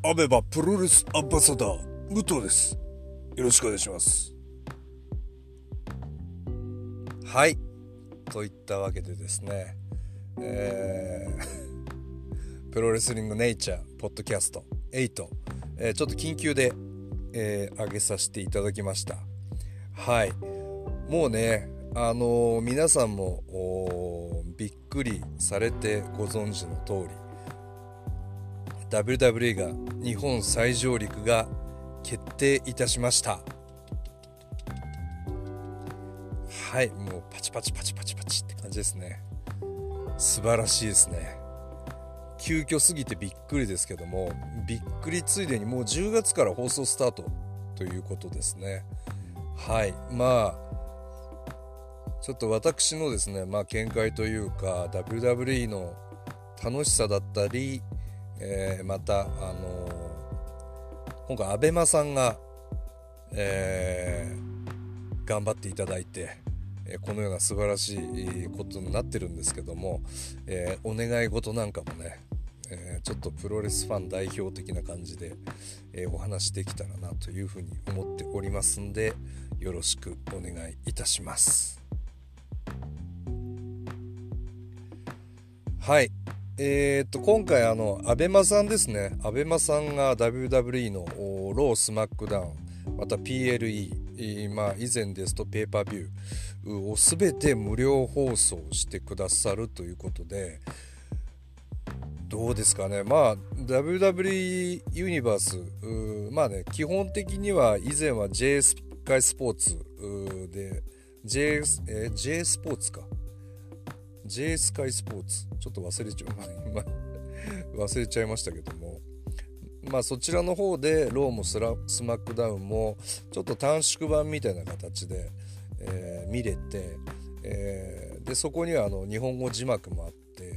アベマプロレスアンバサダー武藤です。よろしくお願いします。はい、といったわけでですね、プロレスリングネイチャーポッドキャスト8、ちょっと緊急で、上げさせていただきました。はい、もうね、皆さんもびっくりされてご存知の通り、WWE が日本再上陸が決定いたしました。はい、もうパチパチって感じですね。素晴らしいですね。急遽すぎてびっくりですけども、びっくりついでにもう10月から放送スタートということですね。はい、ちょっと私のですね、見解というか WWE の楽しさだったり、また今回アベマさんが、頑張っていただいて、このような素晴らしいことになってるんですけども、お願い事なんかもね、ちょっとプロレスファン代表的な感じで、お話できたらなというふうに思っておりますんで、よろしくお願いいたします。はい、今回アベマさんですね。アベマさんが WWE のロースマックダウン、また PLE、以前ですとペーパービューを全て無料放送してくださるということで、どうですかね。WWE ユニバース、基本的には以前は J スカイスポーツで J スポーツか J スカイスポーツ、ちょっと忘れちゃいましたけども、そちらの方でローもスマックダウンもちょっと短縮版みたいな形で、見れて、でそこには日本語字幕もあって、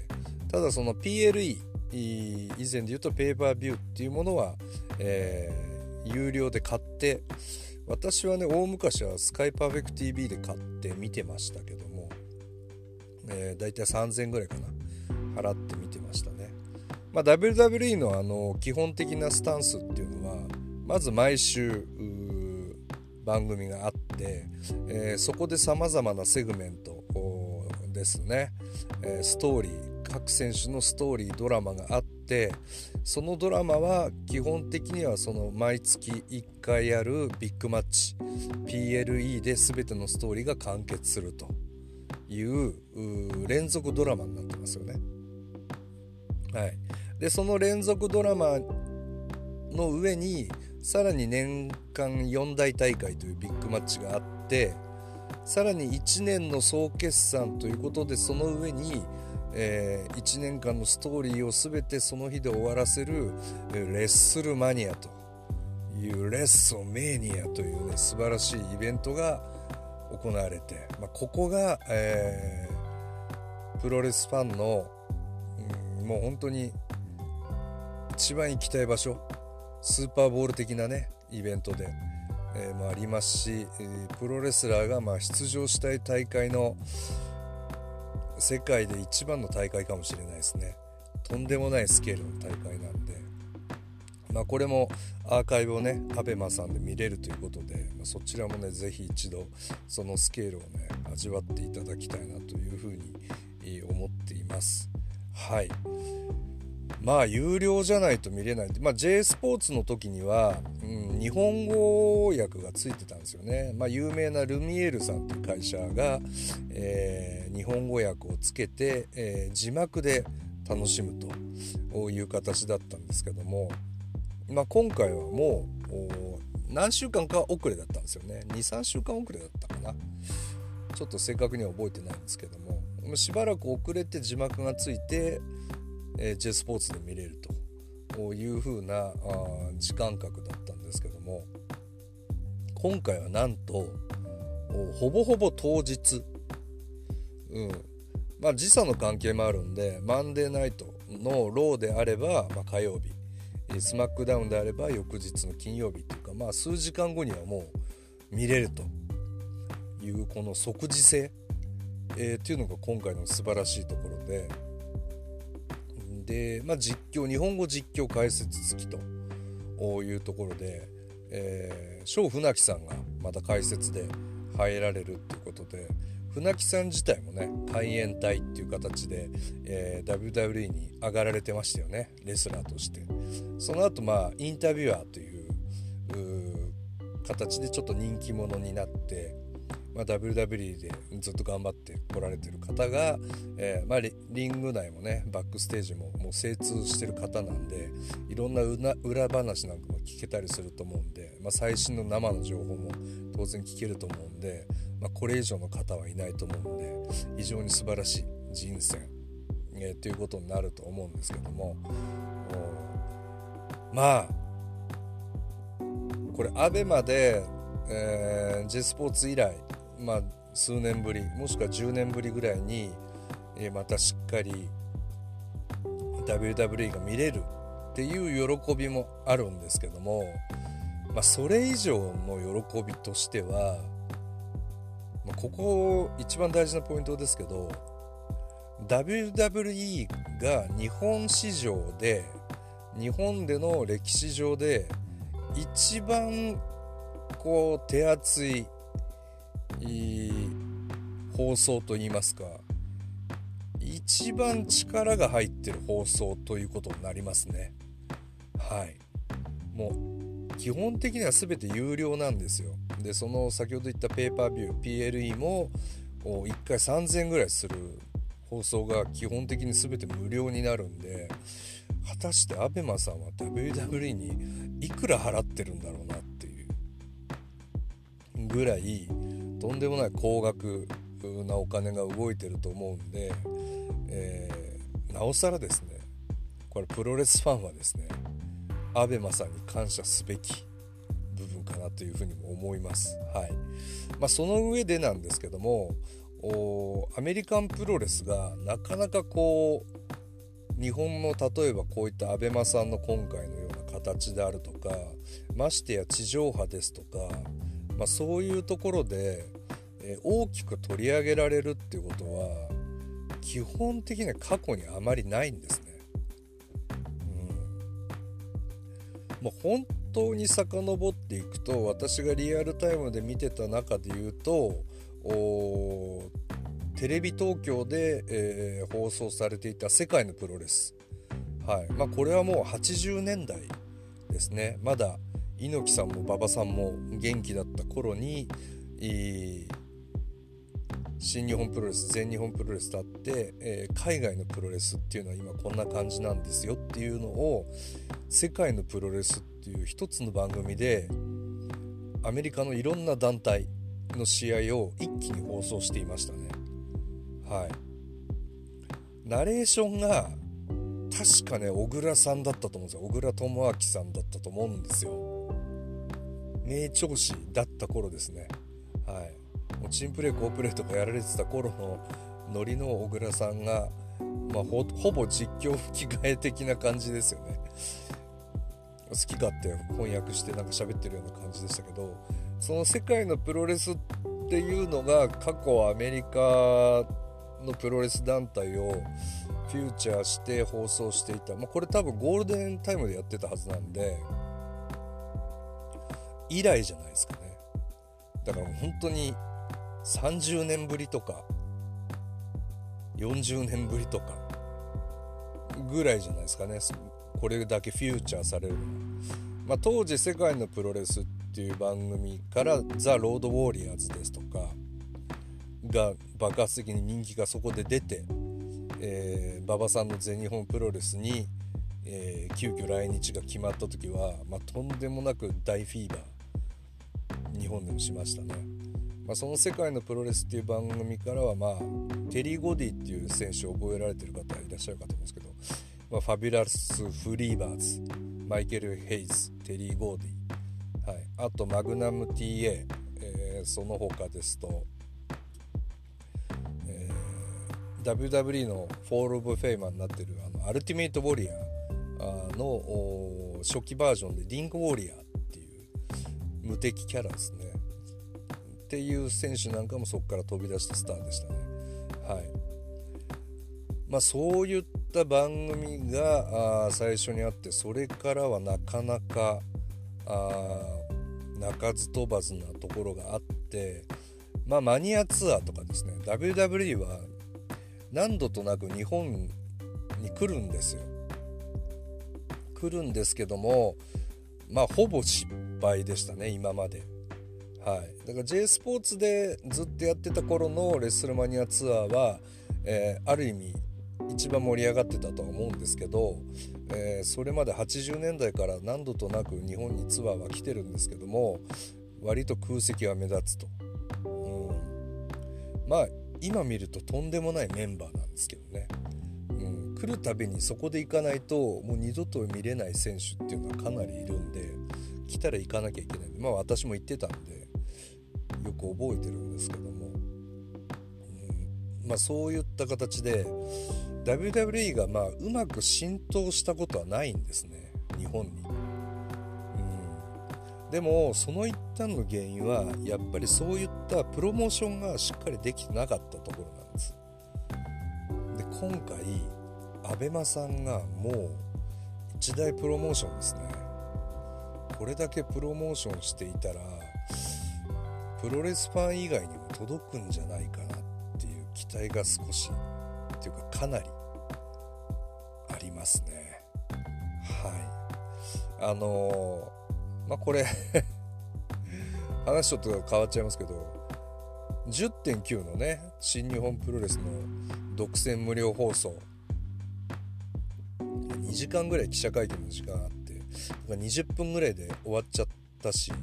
ただその PLE 以前で言うとペーパービューっていうものは、有料で買って、私はね大昔はスカイパーフェクト TV で買って見てましたけども、だいたい3000円ぐらいかな払って見てましたね。WWE の基本的なスタンスっていうのは、まず毎週番組があって、そこでさまざまなセグメントですね、ストーリー、各選手のストーリードラマがあって、そのドラマは基本的にはその毎月1回あるビッグマッチ PLE で全てのストーリーが完結するという連続ドラマになってますよね。はい、でその連続ドラマの上にさらに年間4大大会というビッグマッチがあって、さらに1年の総決算ということで、その上に、1年間のストーリーを全てその日で終わらせるレッスルマニアというレッソメーニアというね素晴らしいイベントが行われて、ここが、プロレスファンの、もう本当に一番行きたい場所、スーパーボール的なねイベントで、ありますし、プロレスラーが出場したい大会の世界で一番の大会かもしれないですね。とんでもないスケールの大会なんで、これもアーカイブをねアベマさんで見れるということで、そちらもねぜひ一度そのスケールをね味わっていただきたいなというふうに思っています。はい、有料じゃないと見れないんで、J スポーツの時には、日本語訳がついてたんですよね。有名なルミエールさんという会社が、日本語訳をつけて、字幕で楽しむという形だったんですけども、今回はもう何週間か遅れだったんですよね。 2,3 週間遅れだったかな、ちょっと正確には覚えてないんですけども、しばらく遅れて字幕がついて、J スポーツで見れるという風な時間隔だったんですけども、今回はなんとほぼほぼ当日、時差の関係もあるんで、マンデーナイトのローであれば、火曜日、スマックダウンであれば翌日の金曜日というか、数時間後にはもう見れるというこの即時性、っていうのが今回の素晴らしいところで、実況、日本語実況解説付きというところで、庄船木さんがまた解説で入られるっていうことで、船木さん自体もね海援隊っていう形で、WWE に上がられてましたよね、レスラーとして。その後インタビュアーという形でちょっと人気者になって、WWE でずっと頑張ってこられてる方が、リング内もねバックステージももう精通してる方なんで、いろんな裏話なんかも聞けたりすると思うんで、最新の生の情報も当然聞けると思うんで、これ以上の方はいないと思うんで、非常に素晴らしい人選、ということになると思うんですけども、これアベマで、J スポーツ以来、数年ぶりもしくは10年ぶりぐらいに、またしっかり WWE が見れるっていう喜びもあるんですけども、それ以上の喜びとしては、ここ一番大事なポイントですけど、 WWE が日本市場で、日本での歴史上で一番手厚い放送といいますか、一番力が入ってる放送ということになりますね。もう基本的には全て有料なんですよ。でその先ほど言ったペーパービュー PLE も1回3000円ぐらいする放送が基本的に全て無料になるんで、果たしてアベマさんは WWE にいくら払ってるんだろうなっていうぐらいとんでもない高額なお金が動いてると思うんで、なおさらですね、これプロレスファンはですね、アベマさんに感謝すべき部分かなというふうにも思います。その上でなんですけども、アメリカンプロレスがなかなか日本の例えばこういったアベマさんの今回のような形であるとか、ましてや地上波ですとか、そういうところで、大きく取り上げられるっていうことは基本的には過去にあまりないんですね。本当に遡っていくと、私がリアルタイムで見てた中で言うと、テレビ東京で、放送されていた世界のプロレス、これはもう80年代ですね。まだ猪木さんも馬場さんも元気だった頃に、新日本プロレス、全日本プロレスとあって、海外のプロレスっていうのは今こんな感じなんですよっていうのを、世界のプロレスっていう一つの番組でアメリカのいろんな団体の試合を一気に放送していましたね。ナレーションが確かね小倉さんだったと思うんですよ。小倉智明さんだったと思うんですよ。名調子だった頃ですね。もうチンプレー好プレーとかやられてた頃のノリの小倉さんが、ほぼ実況吹き替え的な感じですよね。好き勝手翻訳してなんか喋ってるような感じでしたけど、その世界のプロレスっていうのが過去アメリカのプロレス団体をフューチャーして放送していた、これ多分ゴールデンタイムでやってたはずなんで以来じゃないですかね。だから本当に30年ぶりとか40年ぶりとかぐらいじゃないですかね、これだけフューチャーされるのは。当時世界のプロレスっていう番組からザ・ロード・ウォーリアーズですとかが爆発的に人気がそこで出て、馬場さんの全日本プロレスに、急遽来日が決まった時は、とんでもなく大フィーバー日本でもしましたね。その世界のプロレスっていう番組からは、テリー・ゴディっていう選手を覚えられてる方いらっしゃるかと思うんですけど、ファビュラス・フリーバーズ、マイケル・ヘイズ、テリー・ゴーディ、あとマグナム TA、その他ですと、WWE のフォール・オブ・フェイマーになってるアルティメイト・ウォリアーの初期バージョンでリング・ウォリアーっていう無敵キャラですねっていう選手なんかもそこから飛び出したスターでしたね。そういった番組が最初にあって、それからはなかなか鳴かず飛ばずなところがあって、マニアツアーとかですね、 WWE は何度となく日本に来るんですよ。来るんですけども、ほぼ失敗でしたね今まで。はい、だから J スポーツでずっとやってた頃のレッスルマニアツアーは、ある意味一番盛り上がってたとは思うんですけど、それまで80年代から何度となく日本にツアーは来てるんですけども、割と空席は目立つと、今見るととんでもないメンバーなんですけどね、来るたびにそこで行かないともう二度と見れない選手っていうのはかなりいるんで、来たら行かなきゃいけないんで、私も行ってたんでよく覚えてるんですけども、そういった形で WWE がうまく浸透したことはないんですね日本に。でもその一端の原因はやっぱりそういったプロモーションがしっかりできてなかったところなんです。で今回アベマさんがもう一大プロモーションですね。これだけプロモーションしていたらプロレスファン以外にも届くんじゃないかなっていう期待が少しっていうかかなりありますね。はい、これ話ちょっと変わっちゃいますけど 10.9 のね新日本プロレスの独占無料放送2時間ぐらい記者会見の時間あって20分ぐらいで終わっちゃったし、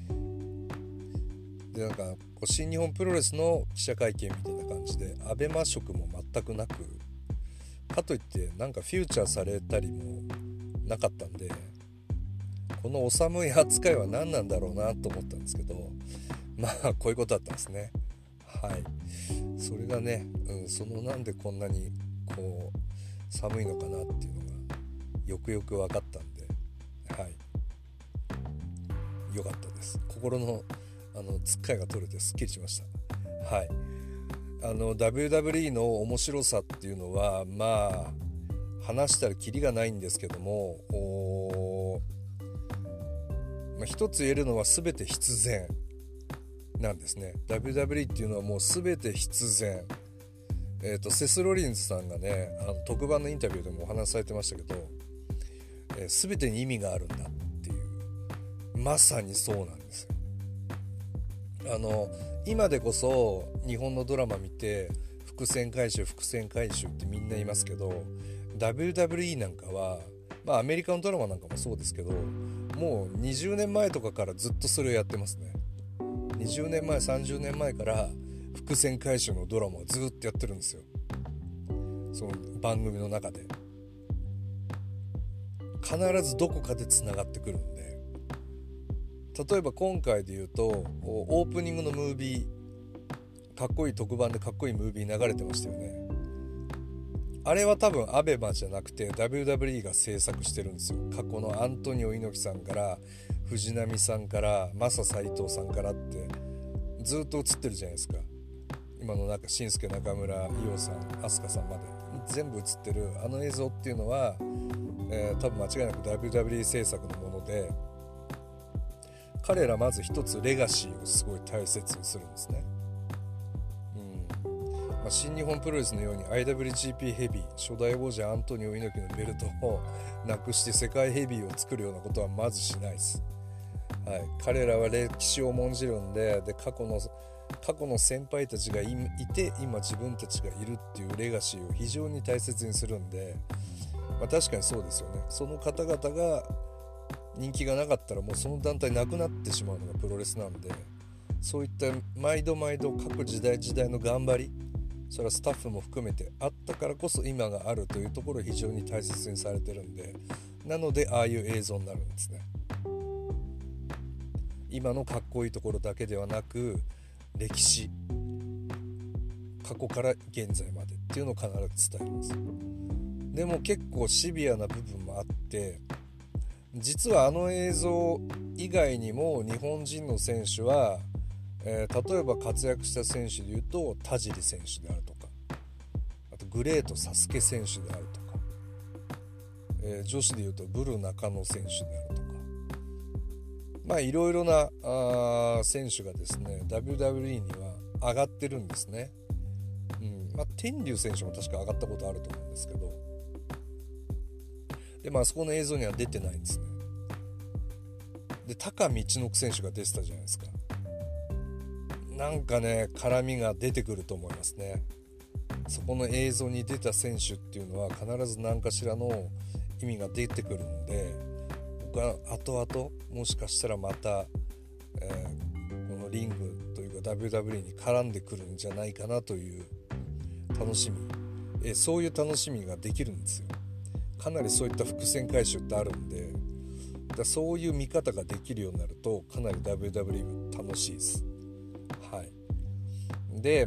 で新日本プロレスの記者会見みたいな感じでアベマ色も全くなく、かといってフューチャーされたりもなかったんで、このお寒い扱いは何なんだろうなと思ったんですけど、こういうことだったんですね。はい、それがね、なんでこんなにこう寒いのかなっていうのがよくよく分かったんで、はい、よかったです。心のつっかえが取れてすっきりしました。はい、WWE の面白さっていうのは話したらキリがないんですけども、一つ言えるのは全て必然なんですね。 WWE っていうのはもう全て必然。セス・ロリンズさんがね特番のインタビューでもお話しされてましたけど、全てに意味があるんだっていう、まさにそうなんですよ。今でこそ日本のドラマ見て伏線回収ってみんな言いますけど、 WWE なんかはアメリカのドラマなんかもそうですけど、もう20年前とかからずっとそれをやってますね。20年前30年前から伏線回収のドラマをずっとやってるんですよ、その番組の中で。必ずどこかでつながってくるんで、例えば今回で言うとオープニングのムービー、かっこいい特番でかっこいいムービー流れてましたよね。あれは多分アベマじゃなくて WWE が制作してるんですよ。過去のアントニオ猪木さんから藤波さんからマサ斎藤さんからってずっと映ってるじゃないですか。今の新助中村伊代さん飛鳥さんまで全部映ってるあの映像っていうのは、多分間違いなく WWE 制作のもので、彼らまず一つレガシーをすごい大切にするんですね。新日本プロレスのように IWGP ヘビー初代王者アントニオ猪木のベルトをなくして世界ヘビーを作るようなことはまずしないです。はい、彼らは歴史を重んじるんで、過去の先輩たちがいて今自分たちがいるっていうレガシーを非常に大切にするんで、確かにそうですよね。その方々が人気がなかったらもうその団体なくなってしまうのがプロレスなんで、そういった毎度各時代の頑張り、それはスタッフも含めてあったからこそ今があるというところを非常に大切にされてるんで、なのでああいう映像になるんですね。今のかっこいいところだけではなく歴史、過去から現在までっていうのを必ず伝えるんです。でも結構シビアな部分もあって、実はあの映像以外にも日本人の選手は、例えば活躍した選手でいうと田尻選手であるとか、あとグレートサスケ選手であるとか、女子でいうとブル中野選手であるとか、 いろいろな選手がですね WWE には上がってるんですね。天竜選手も確か上がったことあると思うんですけど、でそこの映像には出てないんですね。で高道の選手が出てたじゃないですか。なんかね絡みが出てくると思いますね。そこの映像に出た選手っていうのは必ず何かしらの意味が出てくるんで、僕は後々もしかしたらまた、このリングというか WWE に絡んでくるんじゃないかなという楽しみ、そういう楽しみができるんですよ。かなりそういった伏線回収ってあるんで、そういう見方ができるようになるとかなり WWE 楽しいです。はい。で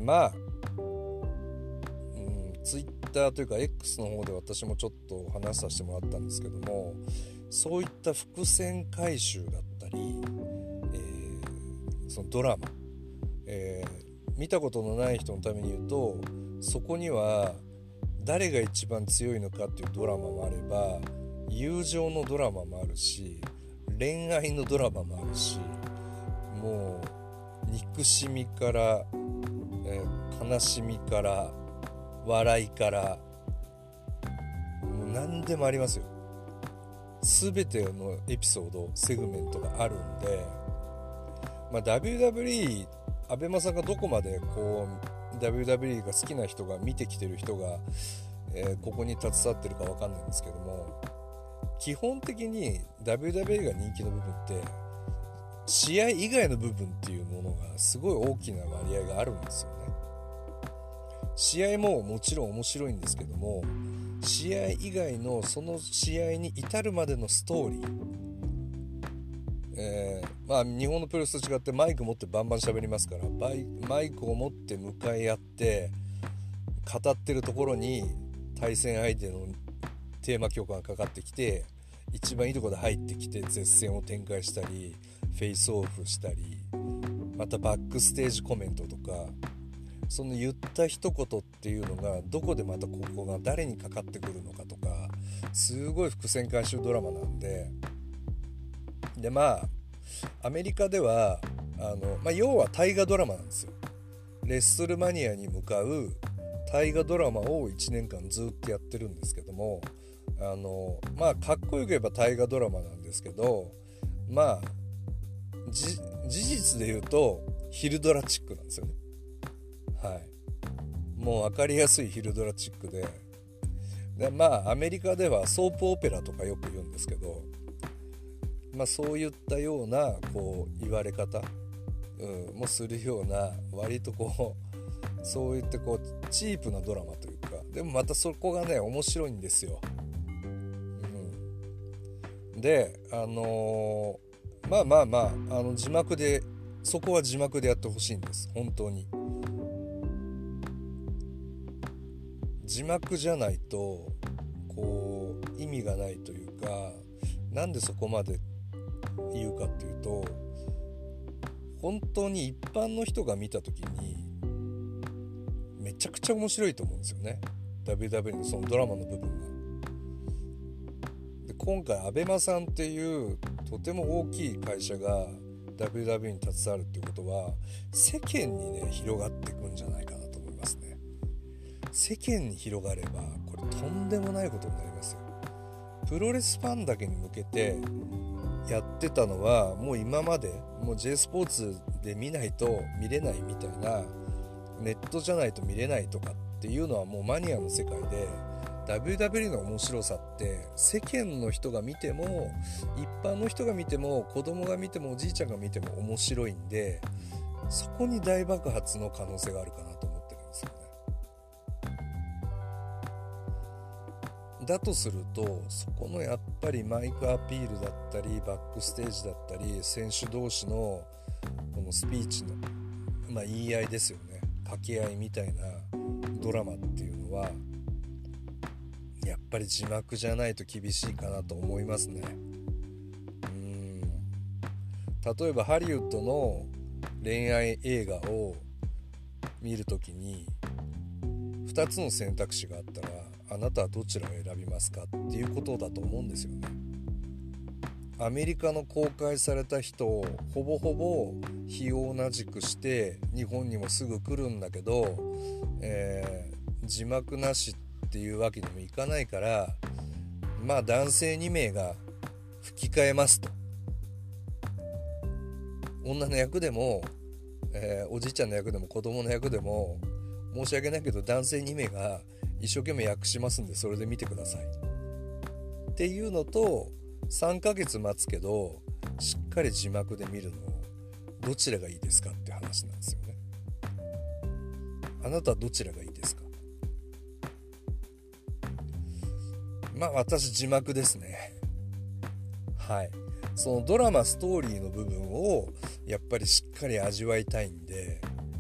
ツイッターというか X の方で私もちょっと話させてもらったんですけども、そういった伏線回収だったり、そのドラマ、見たことのない人のために言うと、そこには誰が一番強いのかっていうドラマもあれば、友情のドラマもあるし、恋愛のドラマもあるし、もう憎しみから、悲しみから笑いからもう何でもありますよ。全てのエピソードセグメントがあるんで、WWE アベマさんがどこまでこう WWE が好きな人が見てきてる人が、ここに携わってるか分かんないんですけども、基本的に WWE が人気の部分って試合以外の部分っていうものがすごい大きな割合があるんですよね。試合ももちろん面白いんですけども、試合以外のその試合に至るまでのストーリー、日本のプロレスと違ってマイク持ってバンバン喋りますから、マイクを持って向かい合って語ってるところに対戦相手のテーマ曲がかかってきて、一番いいところで入ってきて絶戦を展開したりフェイスオフしたり、またバックステージコメントとか、その言った一言っていうのがどこでまたここが誰にかかってくるのかとか、すごい伏線回収ドラマなんで、アメリカでは要は大河ドラマなんですよ。レッスルマニアに向かう大河ドラマを1年間ずっとやってるんですけども、かっこよく言えば大河ドラマなんですけど、事実で言うと昼ドラチックなんですよね。はい、もう分かりやすい昼ドラチックで、アメリカではソープオペラとかよく言うんですけど、そういったようなこう言われ方、もするような割とこうそういったこうチープなドラマというか、でもまたそこがね面白いんですよ。で字幕で、そこは字幕でやってほしいんです。本当に字幕じゃないとこう意味がないというか、なんでそこまで言うかっていうと、本当に一般の人が見た時にめちゃくちゃ面白いと思うんですよね、 WWE のそのドラマの部分が。で今回アベマさんっていうとても大きい会社が WWE に携わるっていうことは、世間にね広がっていくんじゃないかなと思いますね。世間に広がればこれとんでもないことになりますよ。プロレスファンだけに向けてやってたのは、もう今までもう J スポーツで見ないと見れないみたいな、ネットじゃないと見れないとかっていうのはもうマニアの世界で、 WWE の面白さって世間の人が見ても一般の人が見ても子供が見てもおじいちゃんが見ても面白いんで、そこに大爆発の可能性があるかなと思ってるんですよね。だとすると、そこのやっぱりマイクアピールだったりバックステージだったり選手同士のこのスピーチの、言い合いですよね、掛け合いみたいなドラマっていうのはやっぱり字幕じゃないと厳しいかなと思いますね。例えばハリウッドの恋愛映画を見るときに2つの選択肢があったら、あなたはどちらを選びますかっていうことだと思うんですよね。 アメリカの公開された人をほぼほぼ日を同じくして日本にもすぐ来るんだけど、字幕なしっていうわけにもいかないから、まあ男性2名が吹き替えますと。女の役でも、おじいちゃんの役でも子供の役でも申し訳ないけど男性2名が一生懸命訳しますんで、それで見てくださいっていうのと、3ヶ月待つけどしっかり字幕で見るのどちらがいいですかって話なんですよね。あなたはどちらがいいですか？まあ私字幕ですね。はい。そのドラマストーリーの部分をやっぱりしっかり味わいたいんで、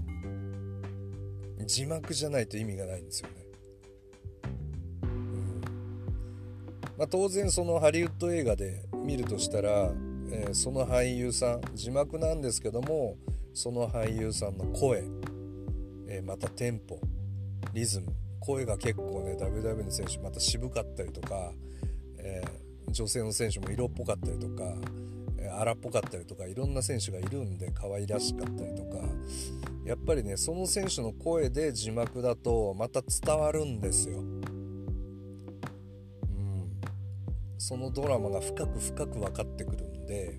字幕じゃないと意味がないんですよね。まあ、当然そのハリウッド映画で見るとしたら、その俳優さん字幕なんですけども、その俳優さんの声、またテンポ、リズム、声が結構ね WW の選手また渋かったりとか、女性の選手も色っぽかったりとか、荒っぽかったりとか、いろんな選手がいるんで可愛らしかったりとか、やっぱりねその選手の声で字幕だとまた伝わるんですよ。そのドラマが深く深く分かってくるんで、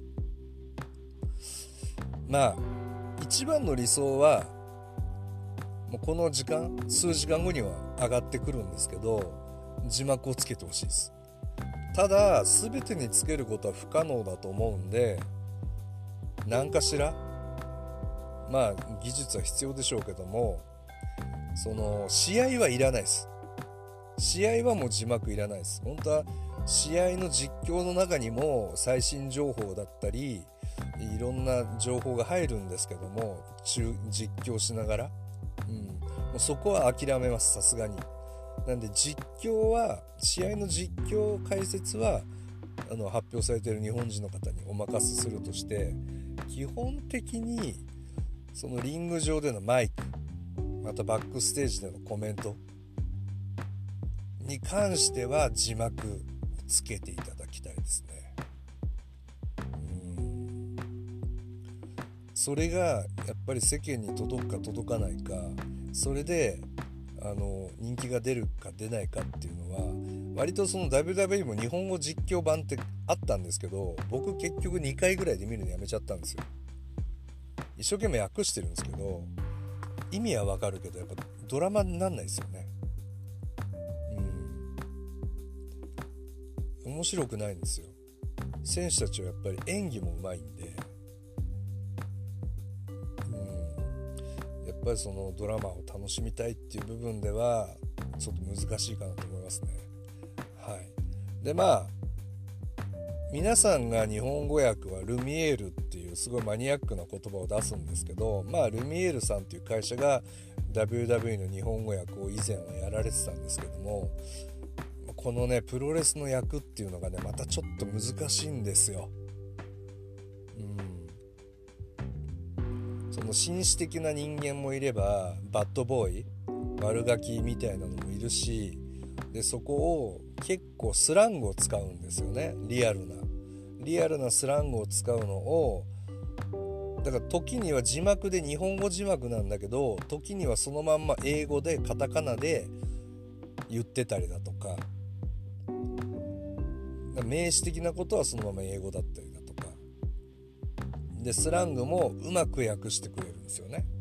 まあ一番の理想はもうこの時間数時間後には上がってくるんですけど、字幕をつけてほしいです。ただ全てにつけることは不可能だと思うんで、何かしらまあ技術は必要でしょうけども、その試合はいらないです。試合はもう字幕いらないです。本当は試合の実況の中にも最新情報だったりいろんな情報が入るんですけども、実況しながら、もうそこは諦めます、さすがに。なんで実況は、試合の実況解説は発表されている日本人の方にお任せするとして、基本的にそのリング上でのマイク、またバックステージでのコメントに関しては字幕つけていただきたいですね。それがやっぱり世間に届くか届かないか、それで人気が出るか出ないかっていうのは、割とその WWE も日本語実況版ってあったんですけど、僕結局2回ぐらいで見るのやめちゃったんですよ。一生懸命訳してるんですけど、意味はわかるけどやっぱドラマになんないですよね。面白くないんですよ。選手たちはやっぱり演技もうまいんで、やっぱりそのドラマを楽しみたいっていう部分ではちょっと難しいかなと思いますね。はい。でまあ皆さんが日本語訳はルミエールっていうすごいマニアックな言葉を出すんですけど、まあルミエールさんっていう会社が WWE の日本語訳を以前はやられてたんですけども、このねプロレスの役っていうのがねまたちょっと難しいんですよ。その紳士的な人間もいればバッドボーイ悪ガキみたいなのもいるし、でそこを結構スラングを使うんですよね。リアルなスラングを使うのを、だから時には字幕で日本語字幕なんだけど、時にはそのまんま英語でカタカナで言ってたりだとか、名詞的なことはそのまま英語だったりだとかで、スラングもうまく訳してくれるんですよね。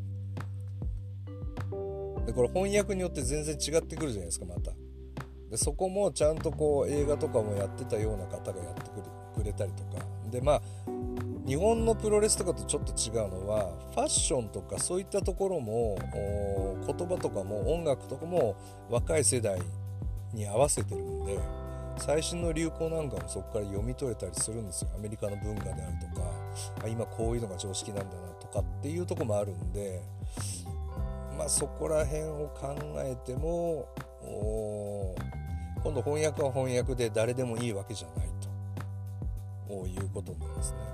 でこれ翻訳によって全然違ってくるじゃないですか。またでそこもちゃんとこう映画とかもやってたような方がやってくれたりとかで、まあ日本のプロレスとかとちょっと違うのはファッションとかそういったところも言葉とかも音楽とかも若い世代に合わせてるんで、最新の流行なんかもそこから読み取れたりするんですよ。アメリカの文化であるとか、今こういうのが常識なんだなとかっていうとこもあるんで、まあそこら辺を考えても今度翻訳は翻訳で誰でもいいわけじゃないということになりますね。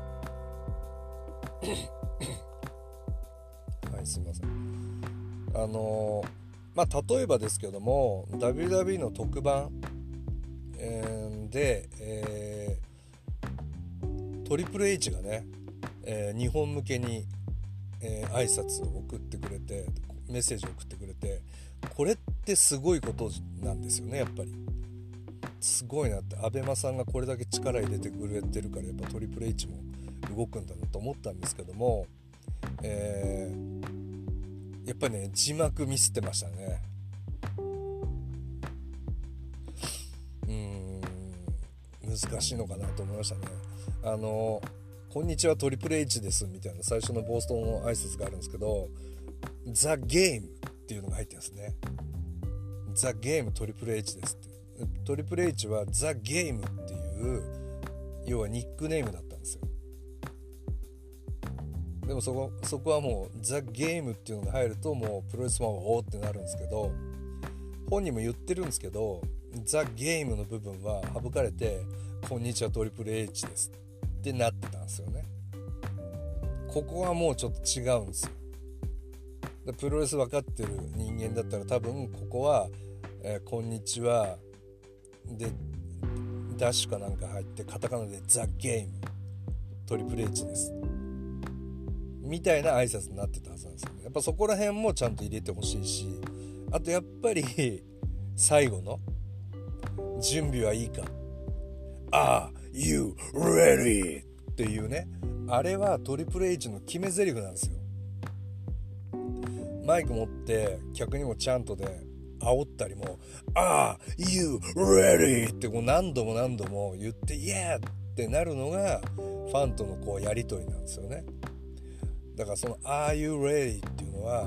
はい、すいません。まあ例えばですけども WWE の特番、で、 トリプル H がね、日本向けに、挨拶を送ってくれて、メッセージを送ってくれて、これってすごいことなんですよね。やっぱりすごいなって、アベマさんがこれだけ力入れてくれてるから、やっぱトリプル H も動くんだなと思ったんですけども、やっぱりね字幕ミスってましたね。難しいのかなと思いましたね。こんにちはトリプル H ですみたいな最初の冒頭の挨拶があるんですけど、ザ・ゲームっていうのが入ってるんですね。ザ・ゲームトリプル H ですって。トリプル H はザ・ゲームっていう要はニックネームだったんですよ。でもそこはもうザ・ゲームっていうのが入るともうプロレスファンはおーってなるんですけど、本人も言ってるんですけど、ザ・ゲームの部分は省かれてこんにちはトリプル H ですってなってたんですよね。ここはもうちょっと違うんですよ。でプロレス分かってる人間だったら多分ここは、こんにちはでダッシュかなんか入ってカタカナでザ・ゲームトリプル H ですみたいな挨拶になってたはずなんですよね。やっぱそこら辺もちゃんと入れてほしいし、あとやっぱり最後の準備はいいか Are you ready? っていうね、あれはトリプル H の決め台詞なんですよ。マイク持って客にもちゃんとで煽ったりも Are you ready? ってこう何度も何度も言って Yeah! ってなるのがファンとのこうやり取りなんですよね。だからその Are you ready? っていうのは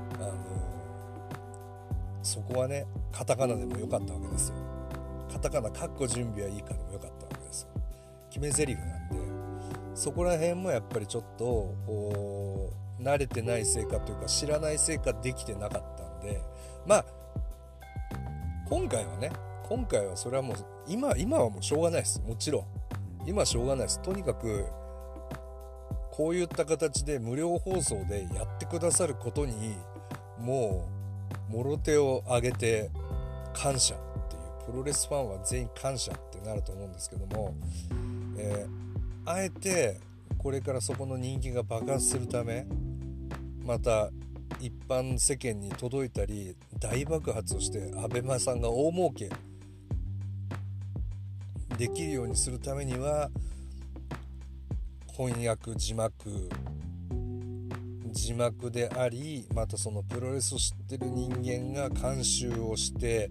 そこはねカタカナでもよかったわけですよ。カタカナかっこ準備はいいかでもよかったわけですよ。決め台詞なんで、そこら辺もやっぱりちょっと慣れてないせいかというか知らないせいかできてなかったんで、まあ今回はそれはもう今はもうしょうがないです。もちろん今はしょうがないです。とにかくこういった形で無料放送でやってくださることにもうもろ手を挙げて感謝っていう、プロレスファンは全員感謝ってなると思うんですけども、あえてこれからそこの人気が爆発するため、また一般世間に届いたり大爆発をしてアベマさんが大儲けできるようにするためには、翻訳字幕であり、またそのプロレスを知ってる人間が監修をして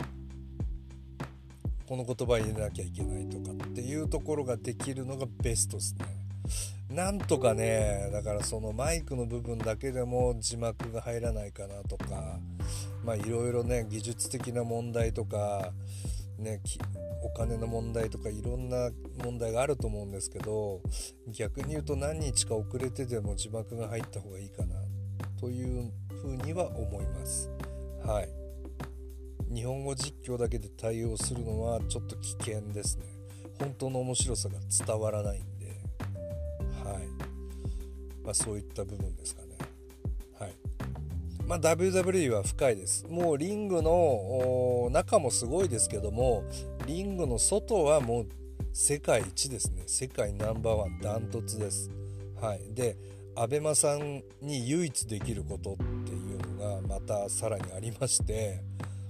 この言葉入れなきゃいけないとかっていうところができるのがベストですね。なんとかね、だからそのマイクの部分だけでも字幕が入らないかなとか、まあいろいろね技術的な問題とかね、お金の問題とかいろんな問題があると思うんですけど、逆に言うと何日か遅れてでも字幕が入った方がいいかなというふうには思います。はい。日本語実況だけで対応するのはちょっと危険ですね。本当の面白さが伝わらないんで、はい。まあそういった部分ですかね。はい。まあ、WWE は深いです。もうリングの中もすごいですけども、リングの外はもう世界一ですね。世界ナンバーワンダントツです。はい。でアベマさんに唯一できることっていうのがまたさらにありまして、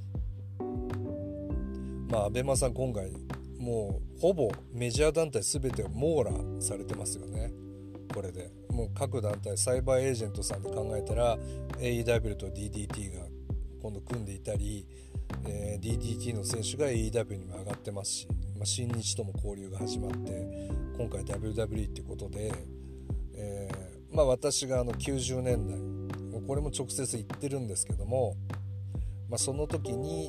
まあアベマさん今回もうほぼメジャー団体全てを網羅されてますよね。これでもう各団体サイバーエージェントさんで考えたら AEW と DDT が今度組んでいたり、DDT の選手が AEW にも上がってますし、まあ、新日とも交流が始まって今回 WWE っていうことで、まあ私が90年代これも直接言ってるんですけども、まあ、その時に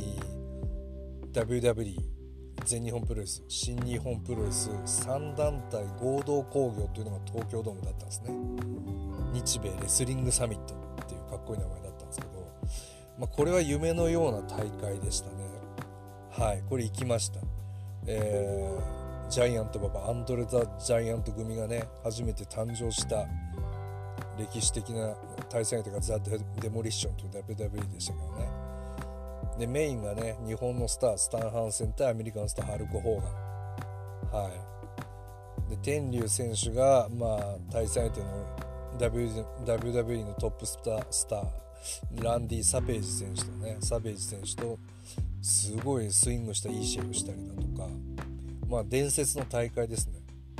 WWE全日本プロレス新日本プロレス3団体合同興行というのが東京ドームだったんですね。日米レスリングサミットっていうかっこいい名前だったんですけど、まあ、これは夢のような大会でしたね。はい、これ行きました。ジャイアント馬場アンドレ・ザ・ジャイアント組がね初めて誕生した歴史的な対戦相手がザ・デモリッションという WWE でしたけどね。でメインがね日本のスタースタン・ハンセン対アメリカのスターハルク・ホーガン、はいで天竜選手が、対戦相手の WWE のトップスターランディ・サベージ選手とすごいスイングしたいい試合をしたりだとか、伝説の大会ですね。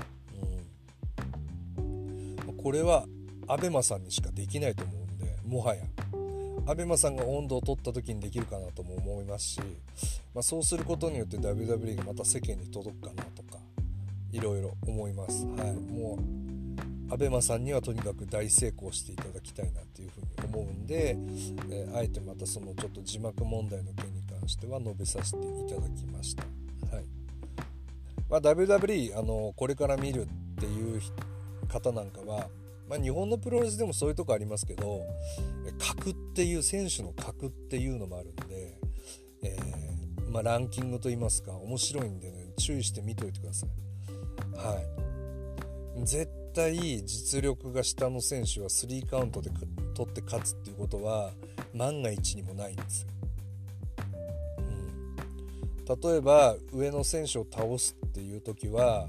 これはアベマさんにしかできないと思うんで、もはやアベマさんが温度を取った時にできるかなとも思いますし、そうすることによって WWE がまた世間に届くかなとかいろいろ思います。もうアベマさんにはとにかく大成功していただきたいなっていうふうに思うんで、あえてまたそのちょっと字幕問題の件に関しては述べさせていただきました。WWE これから見るっていう方なんかは、日本のプロレスでもそういうとこありますけど、格っていう選手の格っていうのもあるんで、ランキングといいますか面白いんでね、注意して見といてください。絶対実力が下の選手は3カウントで取って勝つっていうことは万が一にもないんですよ。例えば上の選手を倒すっていう時は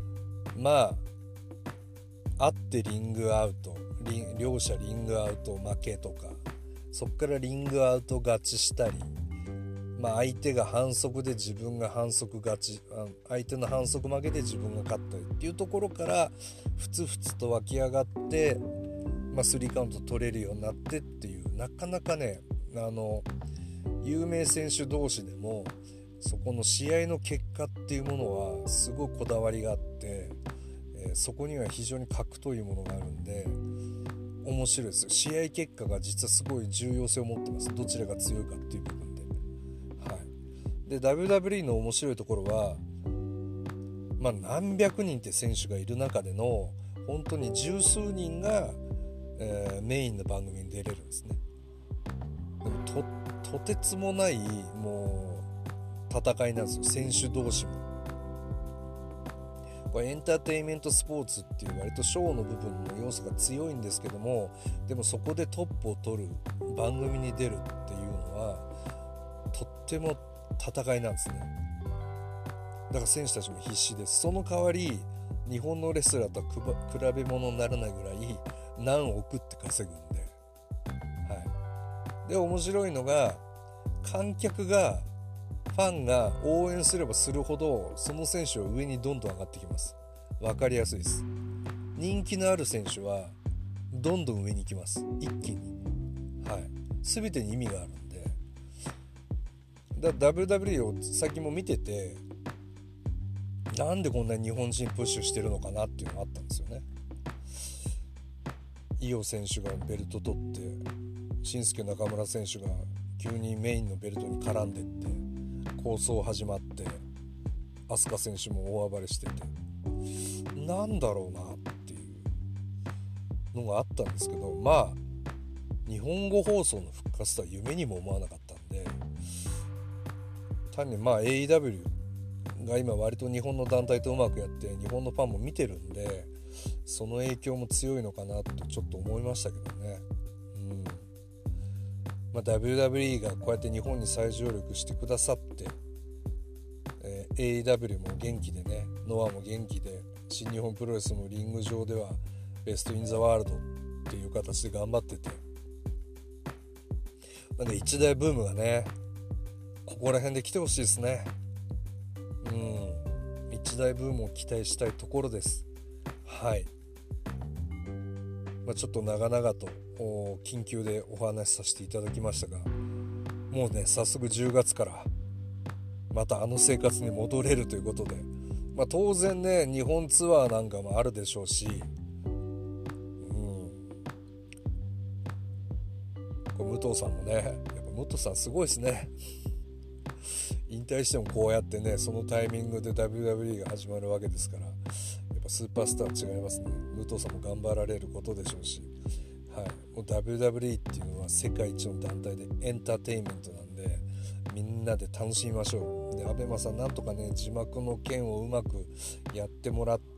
あってリングアウト、両者リングアウト負けとか、そこからリングアウト勝ちしたり、相手が反則で自分が反則勝ち、相手の反則負けで自分が勝ったりっていうところからふつふつと湧き上がって、3カウント取れるようになってっていう、なかなかね有名選手同士でもそこの試合の結果っていうものはすごいこだわりがあって、そこには非常に格というものがあるんで面白いですよ。試合結果が実はすごい重要性を持ってます。どちらが強いかっていう部分で、WWE の面白いところは、何百人って選手がいる中での本当に十数人が、メインの番組に出れるんですね。でも とてつもないもう戦いなんですよ、選手同士も。これエンターテインメントスポーツっていう割とショーの部分の要素が強いんですけども、でもそこでトップを取る番組に出るっていうのはとっても戦いなんですね。だから選手たちも必死です。その代わり日本のレスラーとは比べ物にならないぐらい何億って稼ぐんで、で面白いのが観客がファンが応援すればするほどその選手は上にどんどん上がってきます。わかりやすいです。人気のある選手はどんどん上に行きます、一気に。全てに意味があるんで、WWE を先も見てて、なんでこんなに日本人プッシュしてるのかなっていうのがあったんですよね。伊代選手がベルト取って、新助中村選手が急にメインのベルトに絡んでって抗争始まって、飛鳥選手も大暴れしてて、なんだろうなっていうのがあったんですけど、日本語放送の復活とは夢にも思わなかったんで、単にAEW が今割と日本の団体とうまくやって日本のファンも見てるんで、その影響も強いのかなとちょっと思いましたけどね。WWE がこうやって日本に再上陸してくださって、AEW も元気でね、ノアも元気で、新日本プロレスもリング上ではベストインザワールドっていう形で頑張ってて、なんで一大ブームがねここら辺で来てほしいですね。一大ブームを期待したいところです。ちょっと長々と緊急でお話しさせていただきましたが、もうね早速10月からまた生活に戻れるということで、当然ね日本ツアーなんかもあるでしょうし、これ武藤さんもね、やっぱ武藤さんすごいですね。引退してもこうやってね、そのタイミングで WWE が始まるわけですから、やっぱスーパースターは違いますね。武藤さんも頑張られることでしょうし、もう WWE っていうのは世界一の団体でエンターテインメントなんで、みんなで楽しみましょう。で、アベマさんなんとかね字幕の件をうまくやってもらって、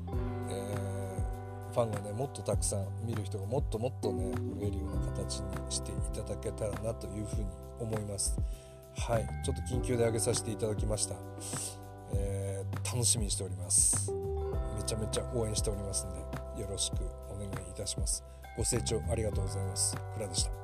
ファンがねもっとたくさん見る人がもっともっとね増えるような形にしていただけたらなというふうに思います。ちょっと緊急で上げさせていただきました。楽しみにしております。 めちゃめちゃ応援しておりますんで、よろしくお願いいたします。ご清聴ありがとうございます。倉でした。